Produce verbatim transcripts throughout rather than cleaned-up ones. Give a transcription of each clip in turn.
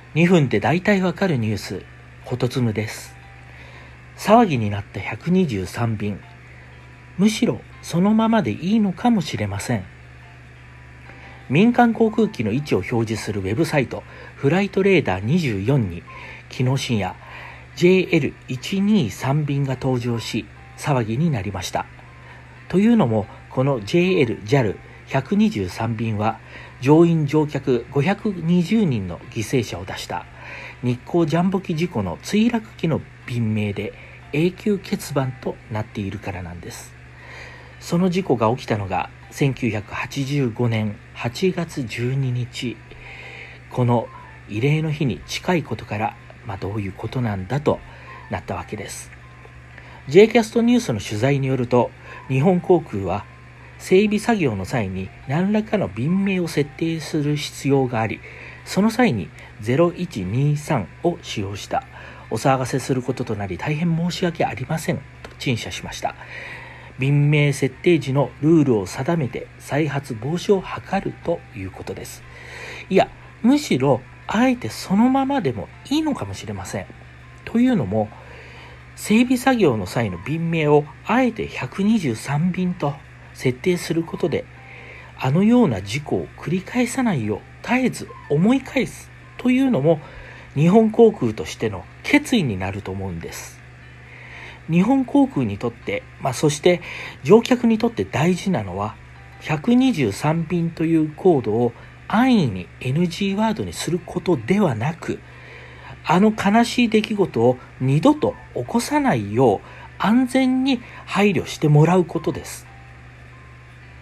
にふんで大体わかるニュース、ほとつむです。騒ぎになったひゃくにじゅうさんびん、むしろそのままでいいのかもしれません。民間航空機の位置を表示するウェブサイト、フライトレーダーにじゅうよんに昨日深夜 ジェイエルひゃくにじゅうさん 便が登場し、騒ぎになりました。というのも、この ジェイエル ジャルひゃくにじゅうさん 便は乗員乗客ごひゃくにじゅうにんの犠牲者を出した日航ジャンボ機事故の墜落機の便名で永久欠番となっているからなんです。その事故が起きたのがせんきゅうひゃくはちじゅうごねんはちがつじゅうににち、この慰霊の日に近いことから、まあ、どういうことなんだとなったわけです。 J キャストニュースの取材によると、日本航空は整備作業の際に何らかの便名を設定する必要があり、その際にゼロいちにさんを使用した。お騒がせすることとなり大変申し訳ありませんと陳謝しました。便名設定時のルールを定めて再発防止を図るということです。いや、むしろあえてそのままでもいいのかもしれません。というのも、整備作業の際の便名をあえてひゃくにじゅうさんびんと設定することで、あのような事故を繰り返さないよう絶えず思い返すというのも日本航空としての決意になると思うんです。日本航空にとって、まあ、そして乗客にとって大事なのはひゃくにじゅうさんびんというコードを安易に エヌジー ワードにすることではなく、あの悲しい出来事を二度と起こさないよう安全に配慮してもらうことです。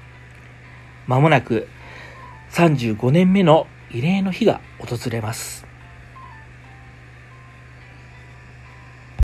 まもなくさんじゅうごねんめの慰霊の日が訪れます。